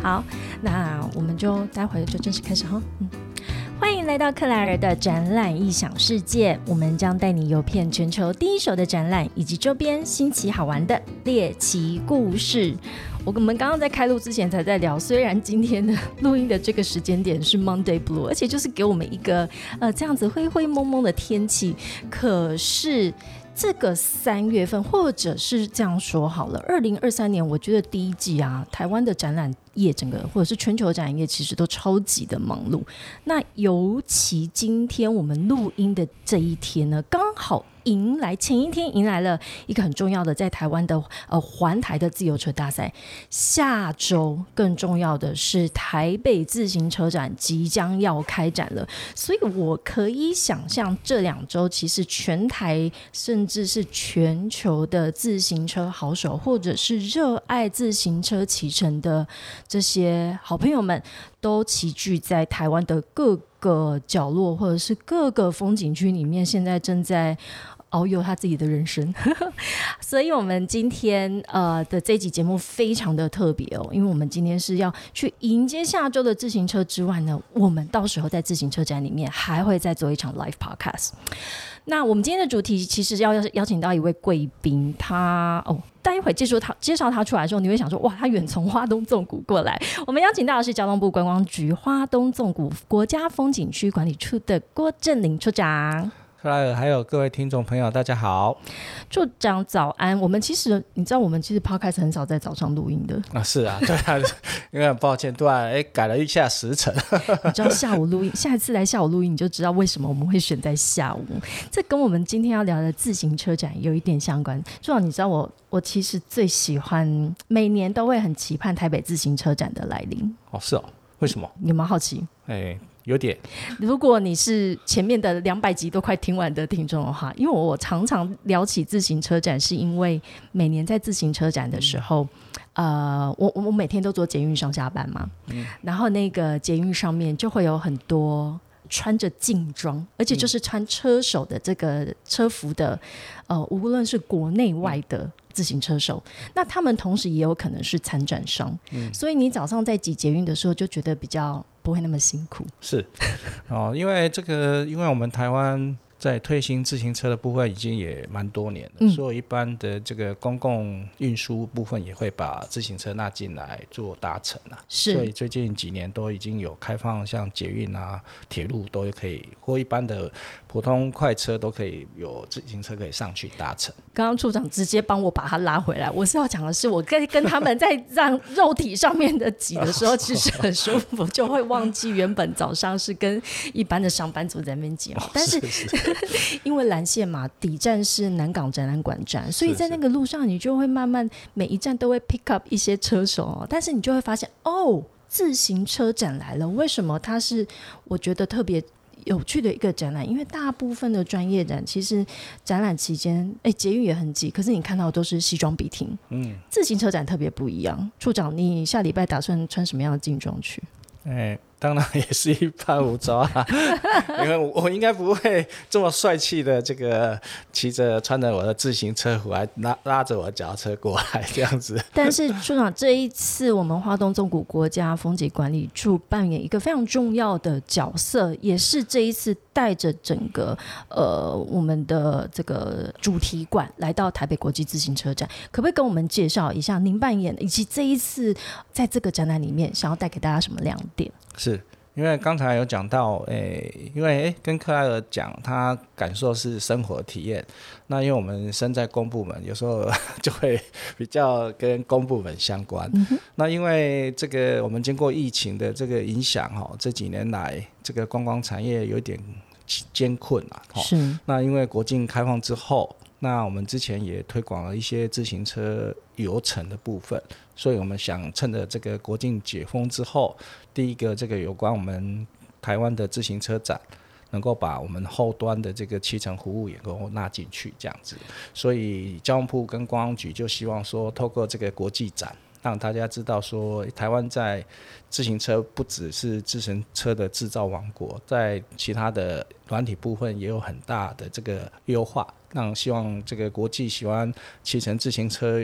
好，那我们就待会就正式开始哈。欢迎来到克莱尔的展览异想世界，我们将带你游遍全球第一手的展览以及周边新奇好玩的猎奇故事。我们刚刚在开录之前才在聊，虽然今天的录音的这个时间点是 Monday Blue， 而且就是给我们一个这样子灰灰蒙蒙的天气，可是这个3月份，或者是这样说好了，2023年我觉得第一季啊，台湾的展览业整个或者是全球展览业其实都超级的忙碌。那尤其今天我们录音的这一天呢，刚好前一天迎来了一个很重要的在台湾的环台的自由车大赛，下周更重要的是台北自行车展即将要开展了，所以我可以想象这2周其实全台甚至是全球的自行车好手或者是热爱自行车骑乘的这些好朋友们都齐聚在台湾的各个角落或者是各个风景区里面，现在正在遨游他自己的人生所以我们今天的这一集节目非常的特别哦，因为我们今天是要去迎接下周的自行车之外呢，我们到时候在自行车展里面还会再做一场 live podcast。那我们今天的主题其实要邀请到一位贵宾，他待会介绍他出来的时候，你会想说哇，他远从花东纵谷过来。我们邀请到的是交通部观光局花东纵谷国家风景区管理处的郭正霖处长。 克莱尔还有各位听众朋友大家好。 处长早安。你知道我们其实 podcast 很少在早上录音的是啊，对啊，因为很抱歉突然改了一下时辰你知道下午录音，下一次来下午录音你就知道为什么我们会选在下午，这跟我们今天要聊的自行车展有一点相关。处长，你知道我其实最喜欢，每年都会很期盼台北自行车展的来临。 是哦，为什么？ 有没有好奇？ 有点。 如果你是前面的200集都快听完的听众的话，因为我常常聊起自行车展，是因为每年在自行车展的时候，我每天都坐捷运上下班嘛，然后那个捷运上面就会有很多穿着劲装，而且就是穿车手的这个车服的，无论是国内外的自行车手，那他们同时也有可能是参展商，所以你早上在挤捷运的时候就觉得比较不会那么辛苦。 是因为我们台湾在推行自行车的部分已经也蛮多年了，所以一般的这个公共运输部分也会把自行车纳进来做搭乘所以最近几年都已经有开放，像捷运啊、铁路都可以，或一般的普通快车都可以有自行车可以上去搭乘。 刚刚处长直接帮我把他拉回来，我是要讲的是，我跟他们在让肉体上面的挤的时候其实很舒服，就会忘记原本早上是跟一般的上班族在那边挤但是因为蓝线嘛，底站是南港展览馆站，所以在那个路上你就会慢慢每一站都会 pick up 一些车手但是你就会发现自行车展来了。为什么它是我觉得特别有趣的一个展览？因为大部分的专业展其实展览期间捷运也很挤，可是你看到的都是西装笔挺，自行车展特别不一样。处长，你下礼拜打算穿什么样的劲装去？ 当然也是一般武装因为我应该不会这么帅气的这个骑着穿着我的自行车服还拉着我的脚踏车过来这样子。 但是处长，这一次我们花东纵谷国家风景管理处扮演一个非常重要的角色，也是这一次带着整个我们的这个主题馆来到台北国际自行车展，可不可以跟我们介绍一下您扮演以及这一次在这个展览里面想要带给大家什么亮点？ 是因为刚才有讲到因为跟克莱尔讲他感受是生活体验，那因为我们身在公部门，有时候就会比较跟公部门相关那因为这个我们经过疫情的这个影响这几年来这个观光产业有点艰困是那因为国境开放之后，那我们之前也推广了一些自行车游程的部分，所以我们想趁着这个国境解封之后，第一个这个有关我们台湾的自行车展能够把我们后端的这个骑乘服务也能够纳进去这样子，所以交通部跟观光局就希望说透过这个国际展让大家知道说台湾在自行车不只是自行车的制造王国，在其他的软体部分也有很大的这个优化，让希望这个国际喜欢骑乘自行车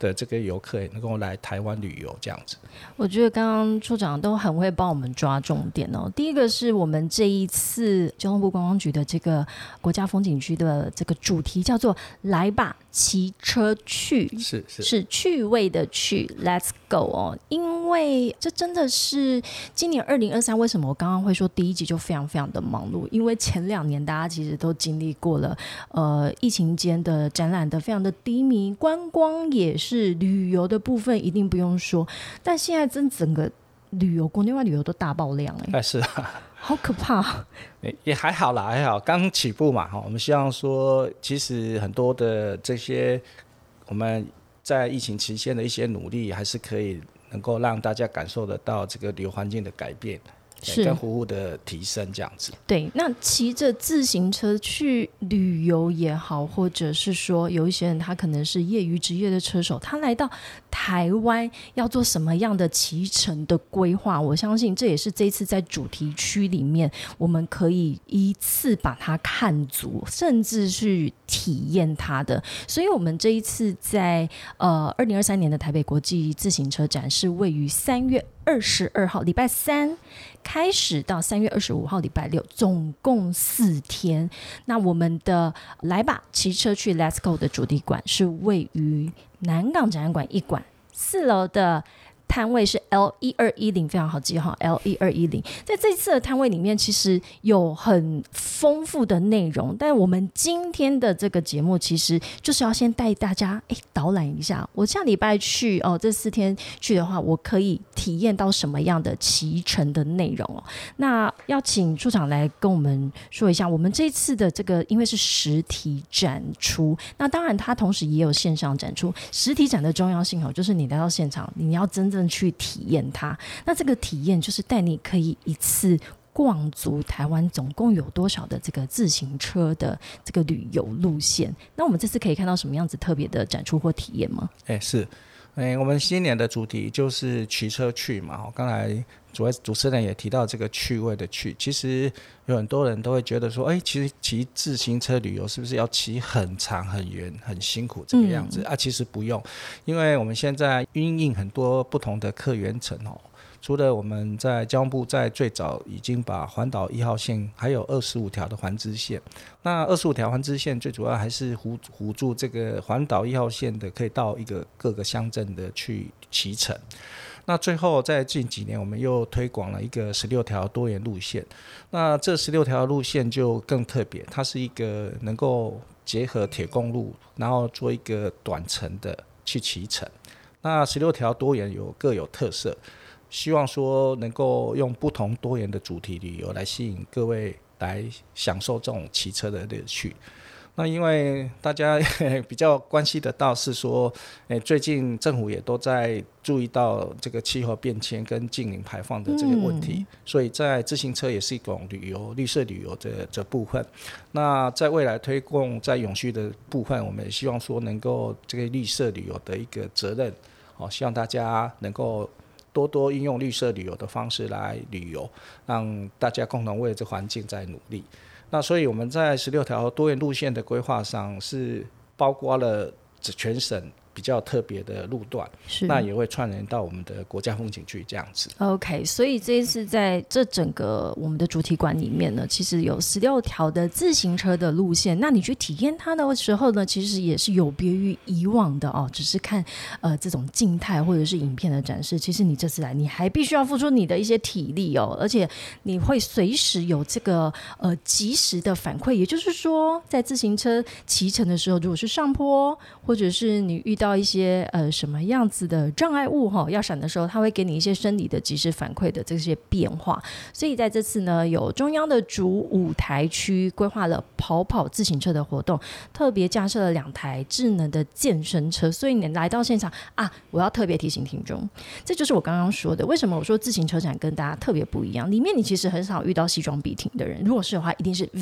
的这个游客也能够来台湾旅游这样子。 我觉得刚刚处长都很会帮我们抓重点哦。第一个是我们这一次交通部观光局的这个国家风景区的这个主题叫做来吧骑车去，是趣味的去 Let's go 哦。因为这真的是今年2023，为什么我刚刚会说第一集就非常非常的忙碌，因为前2年大家其实都经历过了疫情间的展览的非常的低迷，观光也是，旅游的部分一定不用说，但现在整个旅游国内外旅游都大爆量是啊， 好可怕。 也还好啦，还好刚起步嘛。我们希望说其实很多的这些我们在疫情期间的一些努力还是可以能够让大家感受得到这个旅游环境的改变跟服务的提升这样子。 对，那骑着自行车去旅游也好，或者是说有一些人他可能是业余职业的车手，他来到台湾要做什么样的骑乘的规划，我相信这也是这一次在主题区里面我们可以一次把它看足，甚至去体验它的。所以我们这一次在2023年的台北国际自行车展是位于3月22号礼拜三开始到3月25号礼拜六，总共4天。那我们的来吧骑车去 Let's Go 的主题馆是位于南港展览馆1馆4楼的摊位是 L1210， 非常好记哈 ，L1210。在这次的摊位里面，其实有很丰富的内容，但我们今天的这个节目其实就是要先带大家导览一下。我下礼拜去这4天去的话，我可以体验到什么样的骑乘的内容哦？那要请处长来跟我们说一下，我们这次的这个因为是实体展出，那当然它同时也有线上展出。实体展的重要性就是你来到现场，你要真正去体验它。那这个体验就是带你可以一次逛足台湾总共有多少的这个自行车的这个旅游路线。那我们这次可以看到什么样子特别的展出或体验吗？ 是我们今年的主题就是骑车去嘛。刚才主持人也提到这个趣味的去，其实有很多人都会觉得说其实骑自行车旅游是不是要骑很长很远很辛苦这个样子其实不用，因为我们现在因应很多不同的客源层除了我们在交通部在最早已经把环岛1号线还有25条的环支线，那25条环支线最主要还是辅助这个环岛1号线的可以到各个乡镇的去骑乘。那最后在近几年我们又推广了一个16条多元路线，那这16条路线就更特别，它是一个能够结合铁公路然后做一个短程的去骑乘。那16条多元各有特色，希望说能够用不同多元的主题旅游来吸引各位来享受这种骑车的乐趣。那因为大家比较关系得到是说最近政府也都在注意到这个气候变迁跟净零排放的这个问题，所以在自行车也是一种绿色旅游的这部分。那在未来推广在永续的部分，我们也希望说能够这个绿色旅游的一个责任希望大家能够多多运用绿色旅游的方式来旅游，让大家共同为这环境在努力。那所以我们在16条多元路线的规划上是包括了全省比较特别的路段，那也会串联到我们的国家风景区这样子。 OK， 所以这一次在这整个我们的主题馆里面呢，其实有16条的自行车的路线，那你去体验它的时候呢，其实也是有别于以往的只是看这种静态或者是影片的展示，其实你这次来你还必须要付出你的一些体力而且你会随时有这个及时的反馈，也就是说在自行车骑乘的时候，如果是上坡或者是你遇到一些什么样子的障碍物要闪的时候，它会给你一些生理的及时反馈的这些变化。所以在这次呢，有中央的主舞台区规划了跑自行车的活动，特别架设了2台智能的健身车。所以你来到现场我要特别提醒听众，这就是我刚刚说的，为什么我说自行车展跟大家特别不一样，里面你其实很少遇到西装笔挺的人，如果是的话一定是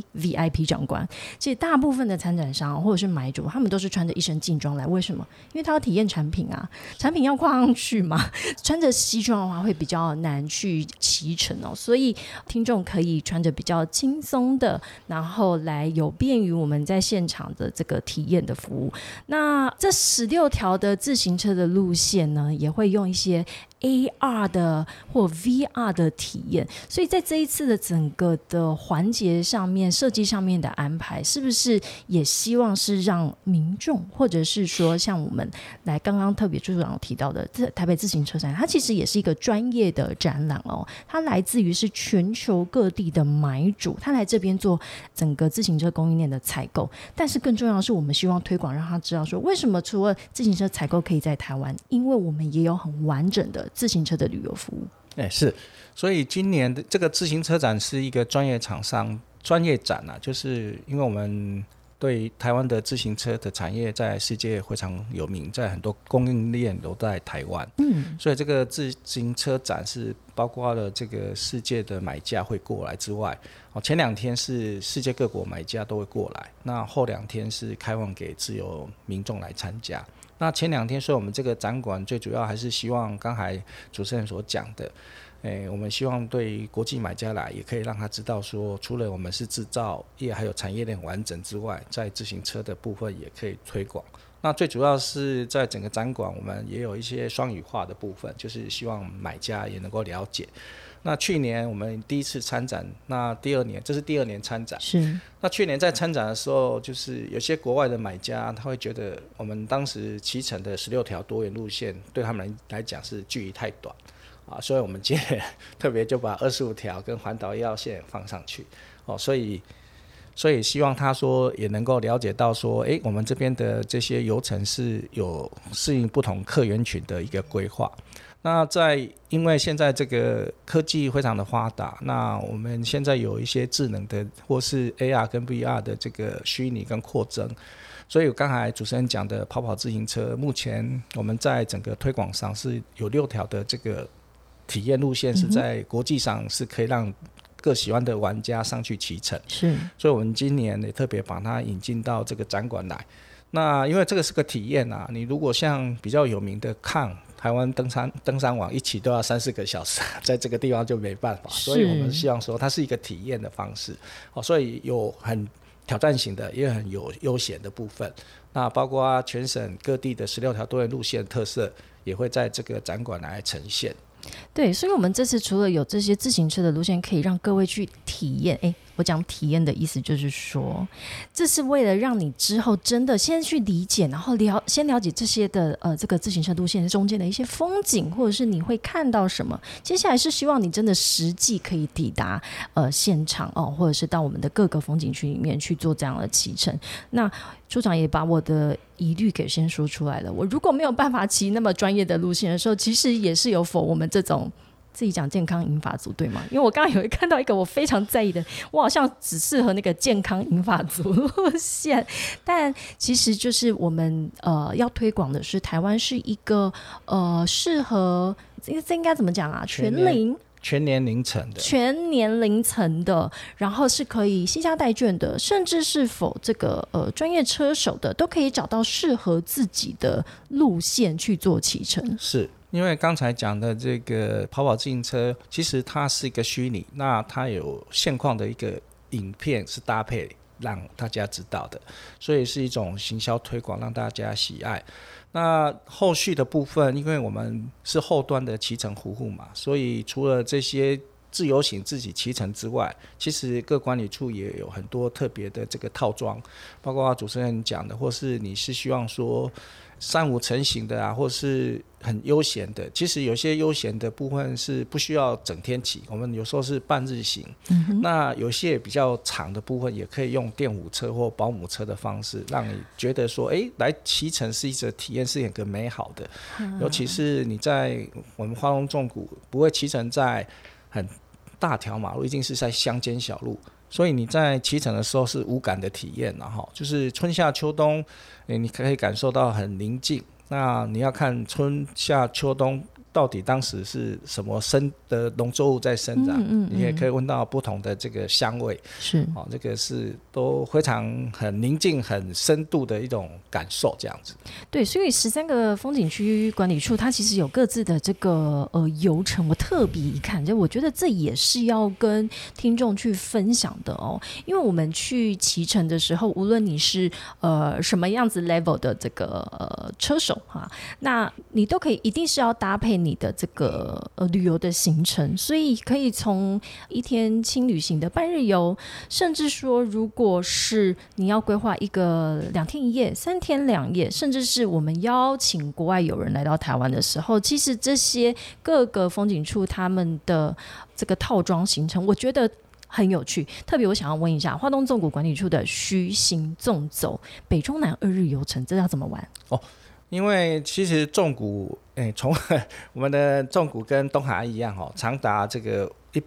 VIP 长官。其实大部分的参展商或者是买主，他们都是穿着一身劲装来，为什么？因为他要体验产品产品要跨上去嘛，穿着西装的话会比较难去骑骑乘哦，所以听众可以穿着比较轻松的，然后来有便于我们在现场的这个体验的服务。那这16条的自行车的路线呢，也会用一些AR 的或 VR 的体验，所以在这一次的整个的环节上面设计上面的安排，是不是也希望是让民众，或者是说像我们来刚刚特别朱处长提到的台北自行车展，它其实也是一个专业的展览哦，它来自于是全球各地的买主，他来这边做整个自行车供应链的采购，但是更重要的是我们希望推广让他知道说，为什么除了自行车采购可以在台湾，因为我们也有很完整的自行车的旅游服务。 是，所以今年的这个自行车展是一个专业厂商专业展啊，就是因为我们对台湾的自行车的产业在世界非常有名，在很多供应链都在台湾，所以这个自行车展是包括了这个世界的买家会过来之外，前2天是世界各国买家都会过来，那后2天是开放给自由民众来参加。那前2天，所以我们这个展馆最主要还是希望刚才主持人所讲的，我们希望对国际买家来，也可以让他知道说，除了我们是制造业还有产业链完整之外，在自行车的部分也可以推广。那最主要是在整个展馆，我们也有一些双语化的部分，就是希望买家也能够了解。那去年我们第1次参展，那这是第2年参展。 是。 那去年在参展的时候，就是有些国外的买家，他会觉得我们当时骑乘的16条多元路线，对他们来讲是距离太短啊，所以我们今年特别就把25条跟环岛1号线放上去哦，所以希望他说也能够了解到说，我们这边的这些游程是有适应不同客源群的一个规划。那因为现在这个科技非常的发达，那我们现在有一些智能的或是 AR 跟 VR 的这个虚拟跟扩增，所以刚才主持人讲的跑自行车，目前我们在整个推广上是有6条的这个体验路线，是在国际上是可以让各喜欢的玩家上去骑乘， 是， 所以我们今年也特别把它引进到这个展馆来。那因为这个是个体验啊，你如果像比较有名的抗台湾登山网一起都要3-4个小时，在这个地方就没办法，所以我们希望说它是一个体验的方式，所以有很挑战型的，也很有悠闲的部分。那包括全省各地的16条多元路线特色，也会在这个展馆来呈现。 对，所以我们这次除了有这些自行车的路线可以让各位去体验，我讲体验的意思就是说，这是为了让你之后真的先去理解，然后先了解这些的这个自行车路线中间的一些风景，或者是你会看到什么。接下来是希望你真的实际可以抵达现场或者是到我们的各个风景区里面去做这样的骑乘。那处长也把我的疑虑给先说出来了，我如果没有办法骑那么专业的路线的时候，其实也是有否我们这种自己讲健康银发族，对吗？因为我刚刚有看到一个我非常在意的，我好像只适合那个健康银发族路线，但其实就是我们要推广的是台湾是一个适合这应该怎么讲啊？全年龄层的，然后是可以惜家带眷的，甚至是否这个专业车手的都可以找到适合自己的路线去做骑乘。 是因为刚才讲的这个跑自行车，其实它是一个虚拟，那它有现况的一个影片是搭配让大家知道的，所以是一种行销推广，让大家喜爱。那后续的部分，因为我们是后端的骑乘服务嘛，所以除了这些自由行自己骑乘之外，其实各管理处也有很多特别的这个套装，包括主持人讲的，或是你是希望说3-5成型的啊，或是很悠闲的，其实有些悠闲的部分是不需要整天骑，我们有时候是半日行，那有些比较长的部分也可以用电辅车或保姆车的方式，让你觉得说来骑乘是一个体验，是一个美好的，尤其是你在我们花东纵谷不会骑乘在很大条马路，一定是在乡间小路，所以你在骑乘的时候是无感的体验，就是春夏秋冬你可以感受到很宁静。那你要看春夏秋冬到底当时是什么的农作物在生长，你也可以闻到不同的这个香味， 是这个是都非常很宁静很深度的一种感受这样子。 对，所以13个风景区管理处它其实有各自的这个游程，我特别一看，就我觉得这也是要跟听众去分享的哦。因为我们去骑乘的时候，无论你是什么样子 level 的这个车手哈，那你都可以一定是要搭配你的这个旅游的行程，所以可以从1天轻旅行的半日游，甚至说如果是你要规划一个2天1夜、3天2夜，甚至是我们邀请国外友人来到台湾的时候，其实这些各个风景处他们的这个套装行程，我觉得很有趣。特别我想要问一下花东纵谷管理处的虚行纵走北中南2日游程，这要怎么玩？ 因为其实纵谷从我们的纵谷跟东海岸一样长达这个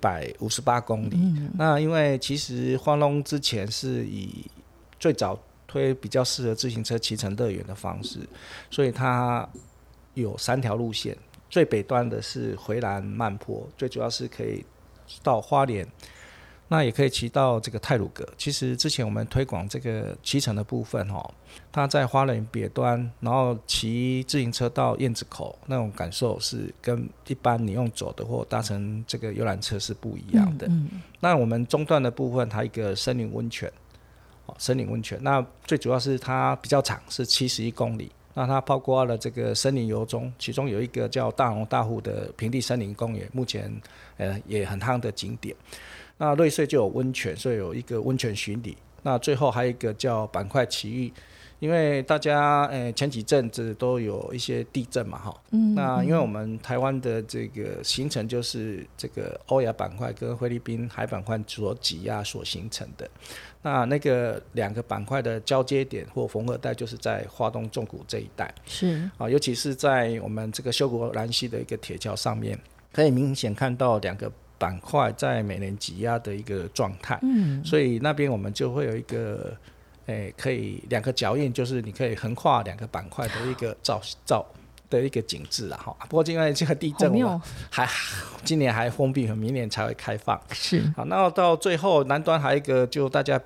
158公里，那因为其实花东之前是以最早推比较适合自行车骑乘乐园的方式，所以它有3条路线，最北端的是回蓝慢坡，最主要是可以到花莲，那也可以骑到这个太鲁阁。其实之前我们推广这个骑乘的部分它在花莲北端，然后骑自行车到燕子口，那种感受是跟一般你用走的或搭乘这个游览车是不一样的。那我们中段的部分，它一个森林温泉，那最主要是它比较长，是71公里。那它包括了这个森林游中，其中有一个叫大龙大湖的平地森林公园，目前也很夯的景点。那瑞穗就有温泉，所以有一个温泉巡礼。那最后还有一个叫板块奇遇，因为大家前几阵子都有一些地震嘛那因为我们台湾的这个形成就是这个欧亚板块跟菲律宾海板块所挤压所形成的，那个2个板块的交接点或缝合带就是在花东纵谷这一带， 是尤其是在我们这个秀国兰溪的一个铁桥上面，可以明显看到2个板块在每年挤压的一个状态，所以那边我们就会有一个可以2个脚印，就是你可以横跨2个板块的一个照的一个景致啦不过因为这个地震我们今年还封闭，明年才会开放。 是好，那到最后南端还有一个就大家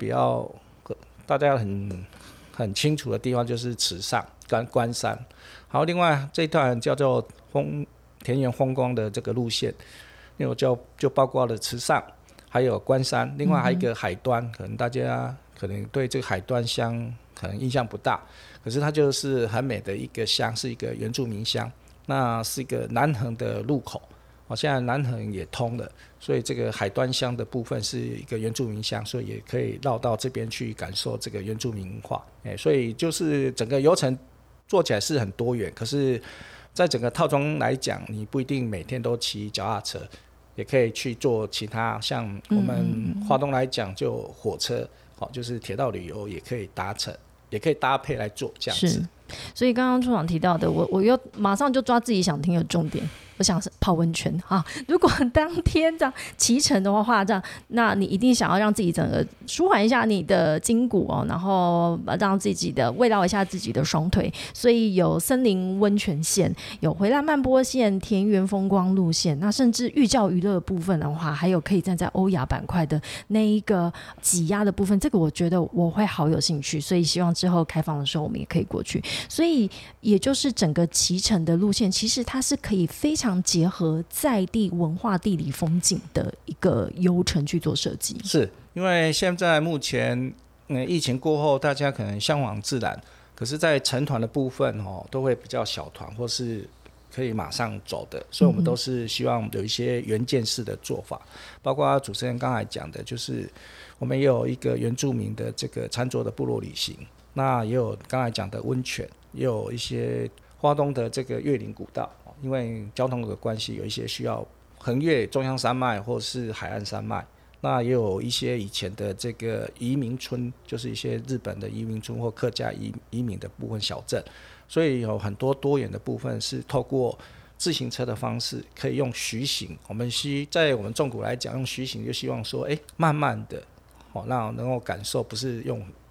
很清楚的地方，就是池上跟关山。好，另外这一段叫做田园风光的这个路线，因为就包括了池上还有关山，另外还有一个海端，可能大家可能对这个海端乡可能印象不大，可是它就是很美的一个乡，是一个原住民乡，那是一个南横的路口，现在南横也通了，所以这个海端乡的部分是一个原住民乡，所以也可以绕到这边去感受这个原住民文化。所以就是整个游程做起来是很多元，可是在整个套装来讲，你不一定每天都骑脚踏车，也可以去做其他，像我们花东来讲就火车，就是铁道旅游也可以搭乘，也可以搭配来做这样子。 是，所以刚刚处长提到的，我又马上就抓自己想听的重点，我想是泡温泉啊。如果当天这样骑乘的话，这样那你一定想要让自己整个舒缓一下你的筋骨然后让自己的慰劳一下自己的双腿，所以有森林温泉线，有回蓝慢坡线、田园风光路线，那甚至寓教于乐的部分的话，还有可以站在欧亚板块的那一个挤压的部分，这个我觉得我会好有兴趣，所以希望之后开放的时候我们也可以过去。所以也就是整个骑乘的路线，其实它是可以非常结合在地文化地理风景的一个游程去做设计。 是因为现在目前疫情过后，大家可能向往自然，可是在成团的部分都会比较小团或是可以马上走的，所以我们都是希望有一些原件式的做法，包括主持人刚才讲的，就是我们也有一个原住民的这个餐桌的部落旅行，那也有刚才讲的温泉，也有一些花东的这个越岭古道，因为交通的关系，有一些需要横越中央山脉或是海岸山脉，那也有一些以前的这个移民村，就是一些日本的移民村或客家移民的部分小镇，所以有很多多元的部分是透过自行车的方式，可以用徐行。在我们纵谷来讲，用徐行就希望说慢慢的让能够感受，不是用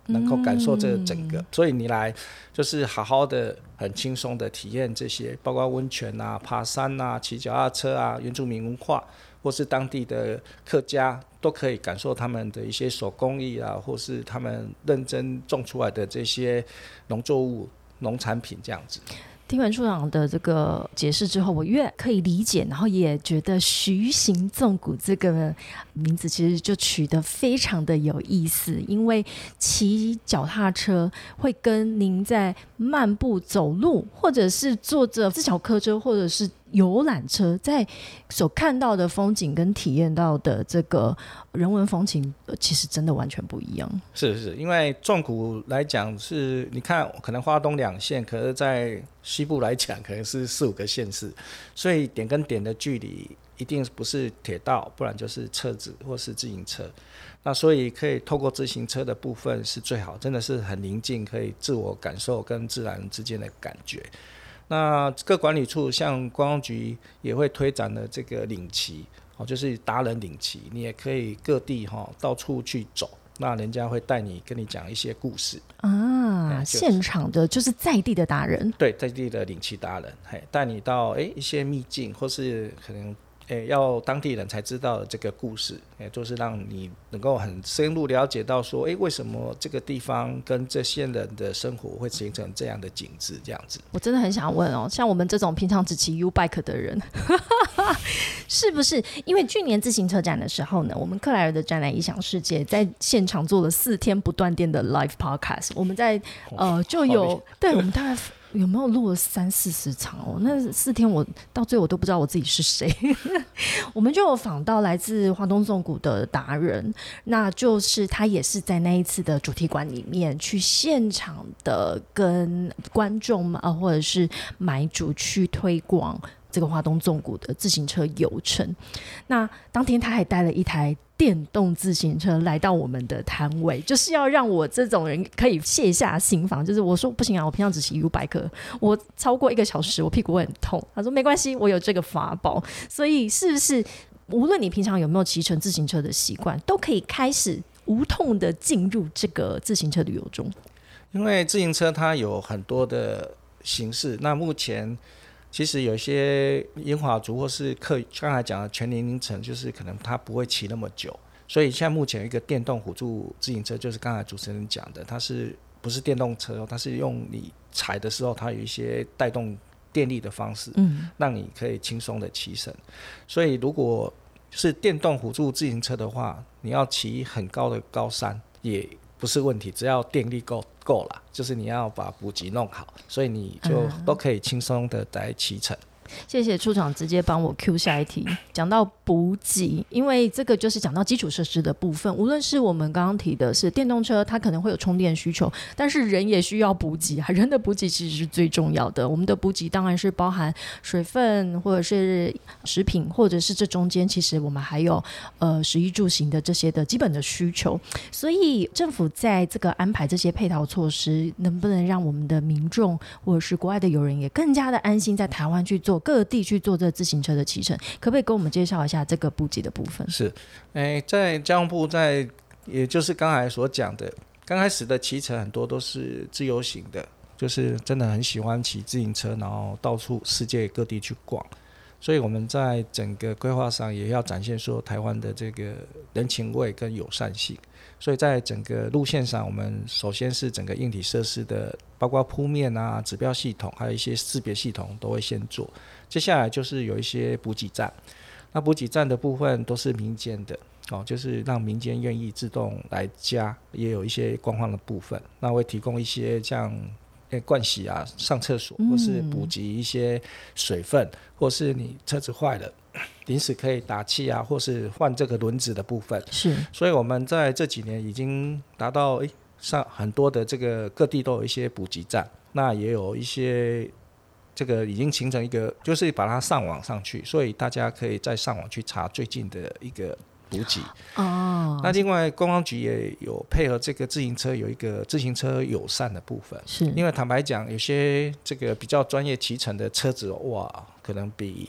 能够感受这整个，所以你来就是好好的很轻松的体验这些，包括温泉啊、爬山啊、骑脚踏车啊、原住民文化，或是当地的客家，都可以感受他们的一些手工艺啊，或是他们认真种出来的这些农作物、农产品这样子。 听完处长的这个解释之后，我越可以理解，然后也觉得徐行纵谷这个名字其实就取得非常的有意思，因为骑脚踏车会跟您在漫步走路，或者是坐着自小客车，或者是游览车，在所看到的风景跟体验到的这个人文风情，其实真的完全不一样。 是，因为纵谷来讲是，你看可能花东2县，可是在西部来讲可能是4-5个县市，所以点跟点的距离一定不是铁道，不然就是车子或是自行车。那所以可以透过自行车的部分是最好，真的是很宁静，可以自我感受跟自然之间的感觉。那各管理处像观光局也会推展了这个领骑，就是达人领骑，你也可以各地到处去走，那人家会带你跟你讲一些故事啊，现场的就是在地的达人， 对，在地的领骑达人，带你到一些秘境，或是可能要当地人才知道的这个故事，就是让你能够很深入了解到说，为什么这个地方跟这些人的生活会形成这样的景致，这样子。 我真的很想问哦，像我们这种平常只骑 U-Bike 的人，是不是因为去年自行车展的时候呢，我们克莱尔的展览异想世界在现场做了4天不断电的 live podcast， 我们在就有对我们大概有没有录了30-40场哦？那4天我到最后我都不知道我自己是谁。我们就有访到来自花东纵谷的达人，那就是他也是在那一次的主题馆里面去现场的跟观众或者是买主去推广这个花东纵谷的自行车游程。那当天他还带了一台电动自行车来到我们的摊位，就是要让我这种人可以卸下心防，就是我说不行啊，我平常只骑 U-Bike， 我超过1个小时我屁股会很痛。他说没关系，我有这个法宝。所以是不是无论你平常有没有骑乘自行车的习惯，都可以开始无痛的进入这个自行车旅游中？ 因为自行车它有很多的形式，那目前其实有一些银华族或是刚才讲的全年龄层，就是可能他不会骑那么久，所以现在目前有一个电动辅助自行车，就是刚才主持人讲的，它是不是电动车，它是用你踩的时候它有一些带动电力的方式，让你可以轻松的骑乘。所以如果是电动辅助自行车的话，你要骑很高的高山也不是问题，只要电力够了，就是你要把补给弄好，所以你就都可以轻松的来骑乘。 谢谢处长直接帮我 Q 下一题，讲到补给，因为这个就是讲到基础设施的部分，无论是我们刚刚提的是电动车，它可能会有充电需求，但是人也需要补给，人的补给其实是最重要的。我们的补给当然是包含水分或者是食品，或者是这中间其实我们还有食衣住行的这些的基本的需求，所以政府在这个安排这些配套措施，能不能让我们的民众或者是国外的友人也更加的安心在台湾去做各地去做这自行车的骑乘，可不可以跟我们介绍一下这个补给的部分？ 是，在交通部也就是刚才所讲的，刚开始的骑乘很多都是自由行的，就是真的很喜欢骑自行车，然后到处世界各地去逛。所以我们在整个规划上也要展现说台湾的这个人情味跟友善性。所以在整个路线上，我们首先是整个硬体设施的，包括铺面啊、指标系统，还有一些识别系统都会先做。接下来就是有一些补给站，那补给站的部分都是民间的，就是让民间愿意自动来加，也有一些观光的部分，那会提供一些像盥洗啊、上厕所，或是补给一些水分，或是你车子坏了临时可以打气啊，或是换这个轮子的部分。 是， 所以我们在这几年已经达到上很多的这个各地都有一些补给站，那也有一些这个已经形成一个，就是把它上网上去，所以大家可以再上网去查最近的一个补给。那另外观光局也有配合这个自行车，有一个自行车友善的部分。 是， 因为坦白讲，有些这个比较专业骑乘的车子，哇，可能比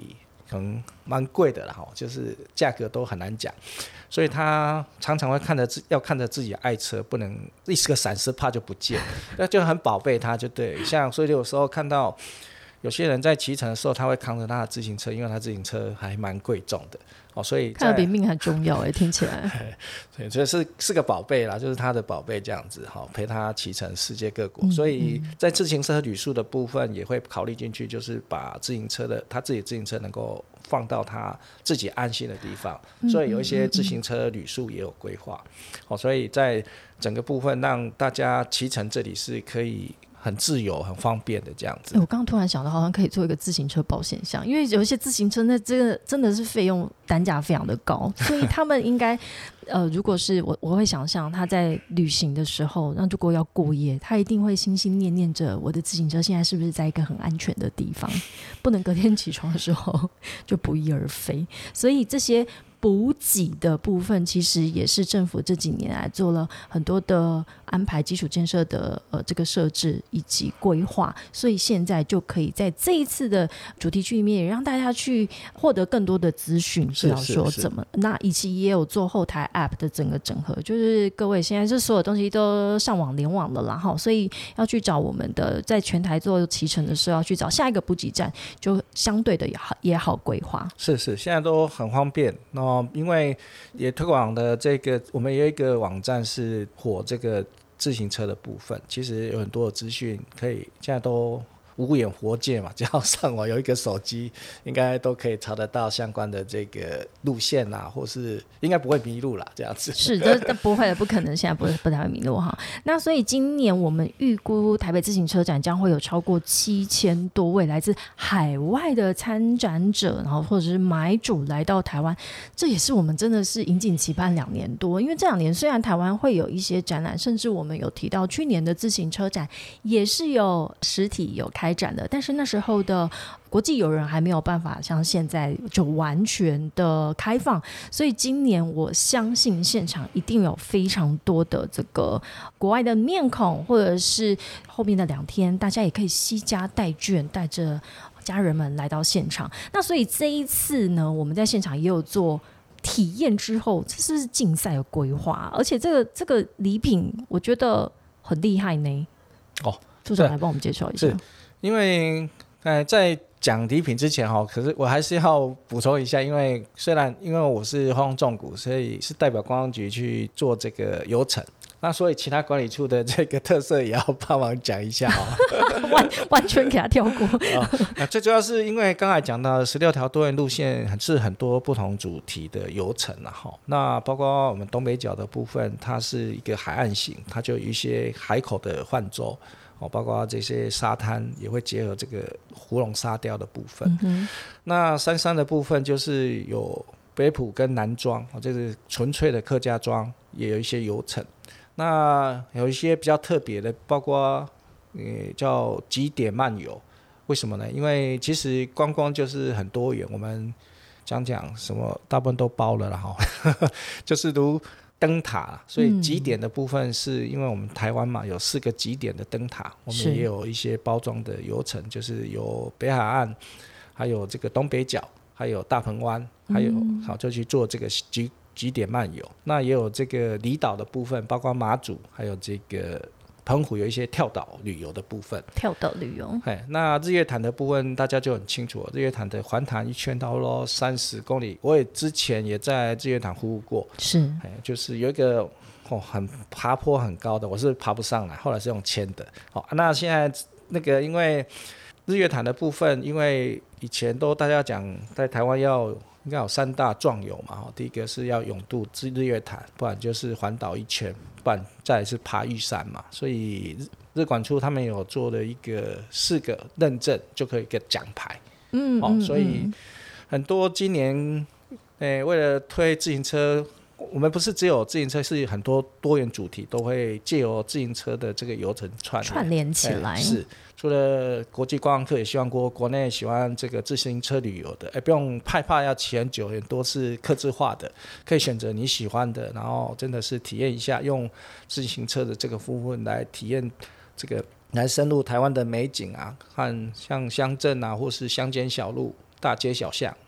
可能蛮贵的啦，就是价格都很难讲，所以他常常会要看着自己爱车，不能一个闪失怕就不见，那就很宝贝它就对。像所以有时候看到有些人在骑乘的时候，他会扛着他的自行车，因为他自行车还蛮贵重的。所以看得比命还重要听起来。 对，所以是个宝贝啦，就是他的宝贝这样子，陪他骑乘世界各国。所以在自行车旅宿的部分也会考虑进去，就是把他自己的自行车能够放到他自己安心的地方。所以有一些自行车旅宿也有规划。所以在整个部分让大家骑乘这里是可以很自由很方便的这样子。 我刚刚突然想到好像可以做一个自行车保险箱，因为有一些自行车那这个真的是费用单价非常的高，所以他们应该如果是我会想象他在旅行的时候，那如果要过夜，他一定会心心念念着我的自行车现在是不是在一个很安全的地方，不能隔天起床的时候就不翼而飞。所以这些补给的部分其实也是政府这几年来做了很多的安排基础建设的这个设置以及规划，所以现在就可以在这一次的主题区里面也让大家去获得更多的资讯，知道说怎么那以及也有做后台 App 的整个整合，就是各位现在这所有东西都上网联网了啦，所以要去找我们的在全台做骑乘的时候要去找下一个补给站，就相对的也好规划。是现在都很方便。因为也推广的我们有一个网站是火这个自行车的部分，其实有很多的资讯可以现在都无眼佛界嘛，只要上网有一个手机应该都可以查得到相关的这个路线啊，或是应该不会迷路啦这样子。 是的，不会，不可能现在不太会迷路哈。那所以今年我们预估台北自行车展将会有超过7000多位来自海外的参展者，然后或者是买主来到台湾，这也是我们真的是引颈期盼2年多。因为这2年虽然台湾会有一些展览，甚至我们有提到去年的自行车展也是有实体有开展的，但是那时候的国际友人还没有办法像现在就完全的开放，所以今年我相信现场一定有非常多的这个国外的面孔，或者是后面的2天大家也可以携家带眷带着家人们来到现场。那所以这一次呢，我们在现场也有做体验之后，这是竞赛的规划，而且这个礼品我觉得很厉害呢。处长来帮我们介绍一下。 因为在讲礼品之前可是我还是要补充一下，因为我是花东纵谷，所以是代表观光局去做这个游程，那所以其他管理处的这个特色也要帮忙讲一下完全给他跳过最主要是因为刚才讲到16条多元路线是很多不同主题的游程那包括我们东北角的部分，它是一个海岸型，它就有一些海口的泛舟包括这些沙滩也会结合这个湖龙沙雕的部分。那山上的部分就是有北埔跟南庄，就是纯粹的客家庄，也有一些游程。那有一些比较特别的，包括叫极点漫游。为什么呢？因为其实观光就是很多元，我们讲什么大部分都包了啦就是如灯塔，所以极点的部分是因为我们台湾嘛有4个极点的灯塔，我们也有一些包装的游程，就是有北海岸，还有这个东北角，还有大鹏湾，还有就去做这个极点漫游。那也有这个离岛的部分，包括马祖，还有这个澎湖有一些跳岛旅游的部分。 跳岛旅游， 那日月潭的部分大家就很清楚了，日月潭的环潭一圈到了30公里，我也之前也在日月潭服务过，是就是有一个很爬坡很高的，我是爬不上来，后来是用牵的。那现在那个因为日月潭的部分，因为以前都大家讲在台湾应该有3大壮游嘛，第一个是要泳渡日月潭，不然就是环岛1圈，不然再来是爬玉山嘛。所以日管处他们有做了一个4个认证就可以给奖牌。所以很多今年为了推自行车，我们不是只有自行车，是很多多元主题都会借由自行车的这个游程串联起来。是除了国际观光客，也希望国内喜欢这个自行车旅游的，不用害怕要骑很久，很多是客制化的，可以选择你喜欢的，然后真的是体验一下，用自行车的这个部分来体验这个，来深入台湾的美景啊，和像乡镇啊，或是乡间小路、大街小巷，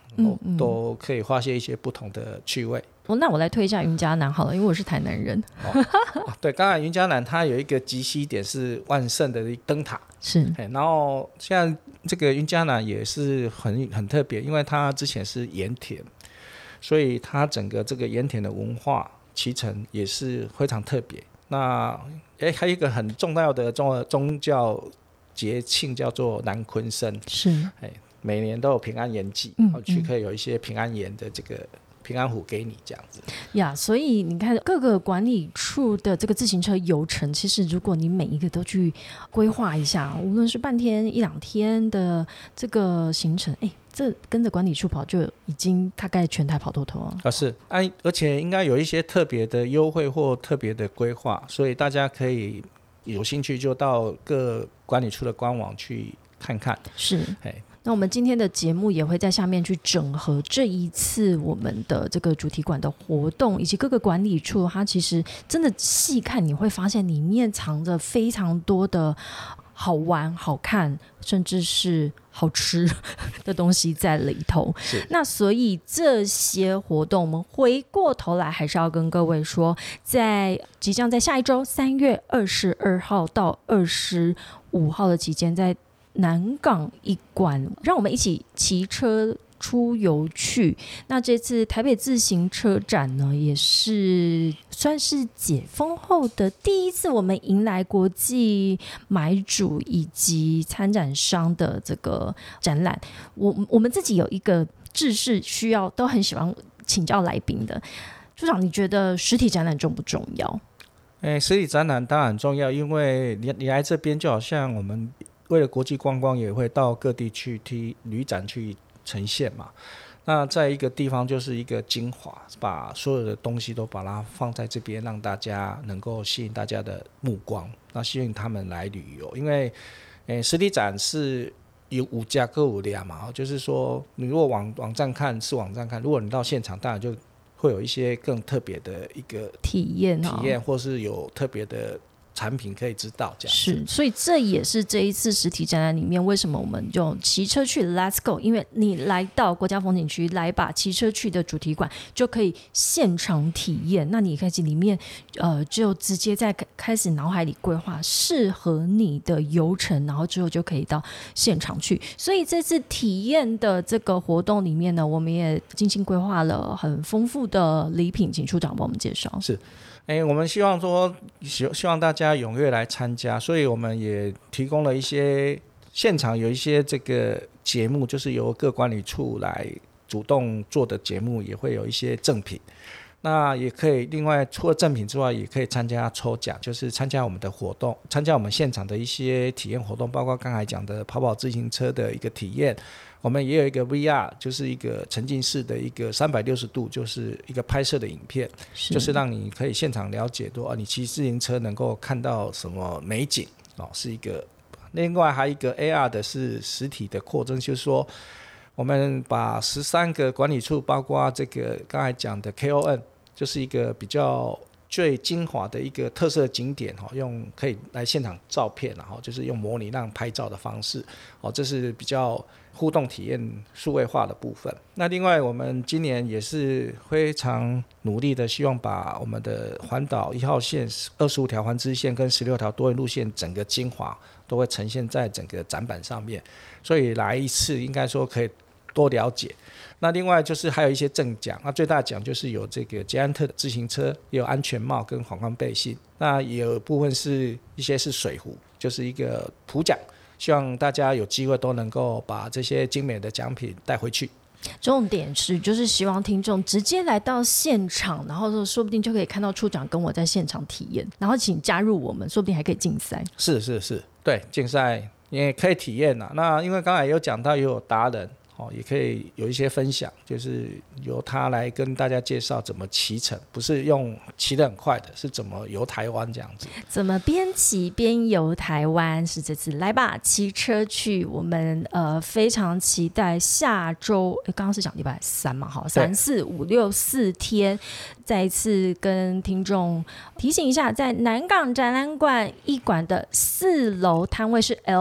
都可以发现一些不同的趣味。 那我来推一下云嘉南好了，因为我是台南人。 对，刚才云嘉南它有一个极西点是万圣的灯塔， 是。 然后现在这个云嘉南也是很特别，因为它之前是盐田，所以它整个这个盐田的文化脐橙也是非常特别。那还有一个很重要的宗教节庆叫做南鲲生， 是。 每年都有平安盐祭，去可以有一些平安盐的这个平安符给你这样子呀。所以你看各个管理处的这个自行车游程，其实如果你每一个都去规划一下，无论是半天一两天的这个行程，这跟着管理处跑就已经大概全台跑透透了。 是而且应该有一些特别的优惠或特别的规划，所以大家可以有兴趣就到各管理处的官网去看看。 是。那我们今天的节目也会在下面去整合这一次我们的这个主题馆的活动，以及各个管理处，它其实真的细看你会发现里面藏着非常多的好玩好看甚至是好吃的东西在里头。那所以这些活动我们回过头来还是要跟各位说，即将在下一周3月22号到25号的期间，在南港一馆，让我们一起骑车出游去。那这次台北自行车展呢，也是算是解封后的第一次我们迎来国际买主以及参展商的这个展览。我们自己有一个制式需要都很喜欢请教来宾的，处长你觉得实体展览重不重要？ 实体展览当然很重要，因为你来这边就好像我们为了国际观光也会到各地去旅展去呈现嘛。那在一个地方就是一个精华，把所有的东西都把它放在这边，让大家能够吸引大家的目光，那吸引他们来旅游。因为实体展是有5家各5家嘛，就是说你如果网站看是网站看，如果你到现场当然就会有一些更特别的一个体验， 或是有特别的产品可以知道这样子。 是，所以这也是这一次实体展览里面为什么我们就骑车去 Let's Go， 因为你来到国家风景区来把骑车去的主题馆就可以现场体验。那你开始里面就直接在开始脑海里规划适合你的游程，然后之后就可以到现场去。所以这次体验的这个活动里面呢，我们也精心规划了很丰富的礼品，请处长帮我们介绍。 是，我们希望说希望大家踊跃来参加，所以我们也提供了一些现场有一些这个节目，就是由各管理处来主动做的节目，也会有一些赠品。那也可以另外除了赠品之外，也可以参加抽奖，就是参加我们的活动，参加我们现场的一些体验活动，包括刚才讲的跑自行车的一个体验。我们也有一个 VR， 就是一个沉浸式的一个360度，就是一个拍摄的影片，就是让你可以现场了解说你骑自行车能够看到什么美景是一个。另外还有一个 AR 的是实体的扩增，就是说我们把13个管理处，包括这个刚才讲的 KON， 就是一个比较最精华的一个特色景点，用可以来现场照片，然后就是用模拟让拍照的方式，这是比较互动体验数位化的部分。那另外我们今年也是非常努力的，希望把我们的环岛1号线25条环支线跟16条多元路线整个精华都会呈现在整个展板上面，所以来一次应该说可以多了解。那另外就是还有一些赠奖，那最大奖就是有这个捷安特的自行车，也有安全帽跟反光背心，那也有部分是一些是水壶，就是一个普奖，希望大家有机会都能够把这些精美的奖品带回去。 重点是就是希望听众直接来到现场，然后说不定就可以看到处长跟我在现场体验，然后请加入我们，说不定还可以竞赛。 是，对，竞赛也可以体验啊。那因为刚才有讲到也有达人也可以有一些分享，就是由他来跟大家介绍怎么骑乘，不是用骑得很快的，是怎么游台湾这样子，怎么边骑边游台湾，是这次来吧骑车去。我们非常期待下周，刚刚是讲礼拜3嘛，3、4、5、6 4天，再一次跟听众提醒一下，在南港展览馆1馆的4楼摊位是 L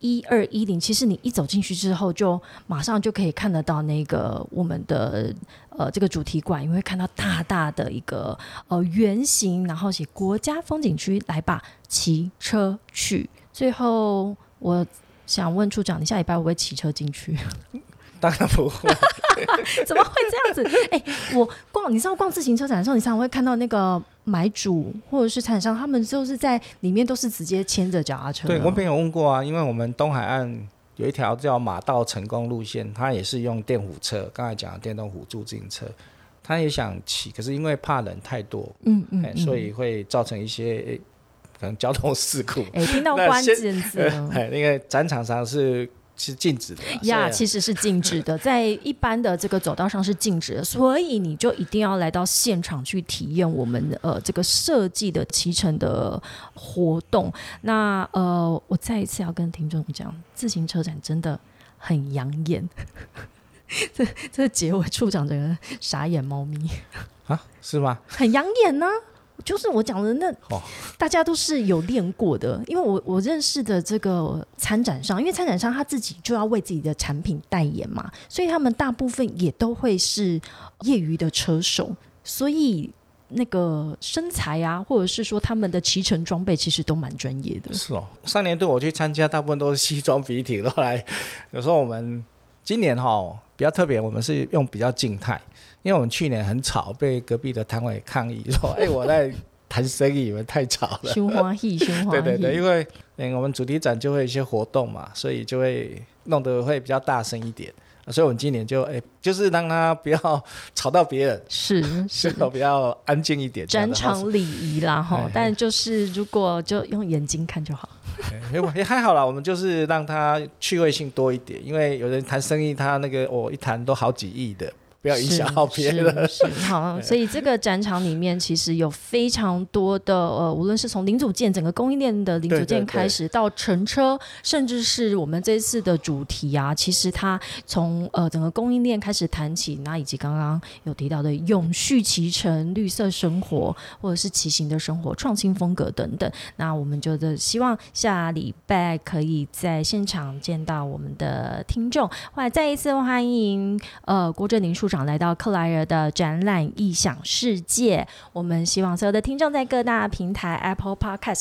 1210，其实你一走进去之后，就马上就可以看得到那个我们的这个主题馆，你会看到大大的一个圆形，然后写国家风景区，来吧，骑车去。最后我想问处长，你下礼拜会不会骑车进去？ 当然不会。 怎么会这样子？你知道逛自行车展的时候，你常常会看到那个买主或者是厂商，他们就是在里面都是直接牵着脚踏车。 对，我没有问过啊，因为我们东海岸有一条叫马道成功路线，它也是用电辅车，刚才讲的电动辅助自行车，他也想骑，可是因为怕人太多，所以会造成一些可能交通事故。 听到关键字了。 那个展场上是禁止的呀，其实是禁止的，在一般的这个走道上是禁止的，所以你就一定要来到现场去体验我们这个设计的骑乘的活动。那我再一次要跟听众讲，自行车展真的很养眼。这结尾处长整个傻眼猫咪啊，是吗？ 很养眼呢、就是我讲的那、大家都是有练过的，因为我认识的这个参展商，因为参展商他自己就要为自己的产品代言嘛，所以他们大部分也都会是业余的车手，所以那个身材啊，或者是说他们的骑乘装备其实都蛮专业的。 是哦，3年度我去参加大部分都是西装笔挺，后来有时候我们今年比较特别，我们是用比较静态，因为我们去年很吵，被隔壁的摊位抗议说我在谈生意，你们太吵了。 胸花戏， 对，因为我们主题展就会有一些活动嘛，所以就会弄得会比较大声一点，所以我们今年就是让他不要吵到别人，是比较安静一点， 展场礼仪啦但就是如果就用眼睛看就好。 也还好啦，我们就是让他趣味性多一点，因为有人谈生意，他那个一谈都好几亿的，不要影响到别人。 是好，所以这个展场里面其实有非常多的无论是从零组件整个供应链的零组件开始，到乘车，甚至是我们这次的主题啊，其实它从整个供应链开始谈起，那以及刚刚有提到的永续骑乘、绿色生活，或者是骑行的生活、创新风格等等。那我们就希望下礼拜可以在现场见到我们的听众。后来再一次欢迎郭正宁处长来到克莱尔的展览异想世界。我们希望所有的听众在各大平台 Apple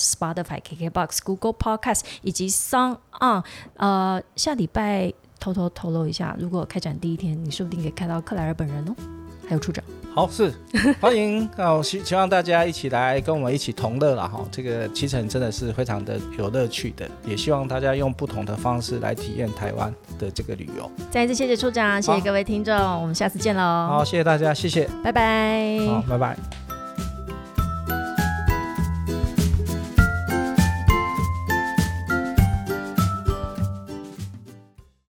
Podcast、Spotify、KKBox、Google Podcast 以及 Sound On 下礼拜偷偷透露一下，如果开展第一天，你说不定可以看到克莱尔本人哦，还有处长。 好，是欢迎希望大家一起来跟我们一起同乐啦这个骑乘真的是非常的有乐趣的，也希望大家用不同的方式来体验台湾的这个旅游。 再一次谢谢处长，谢谢各位听众，我们下次见喽。 好，谢谢大家，谢谢， 拜拜。 好，拜拜。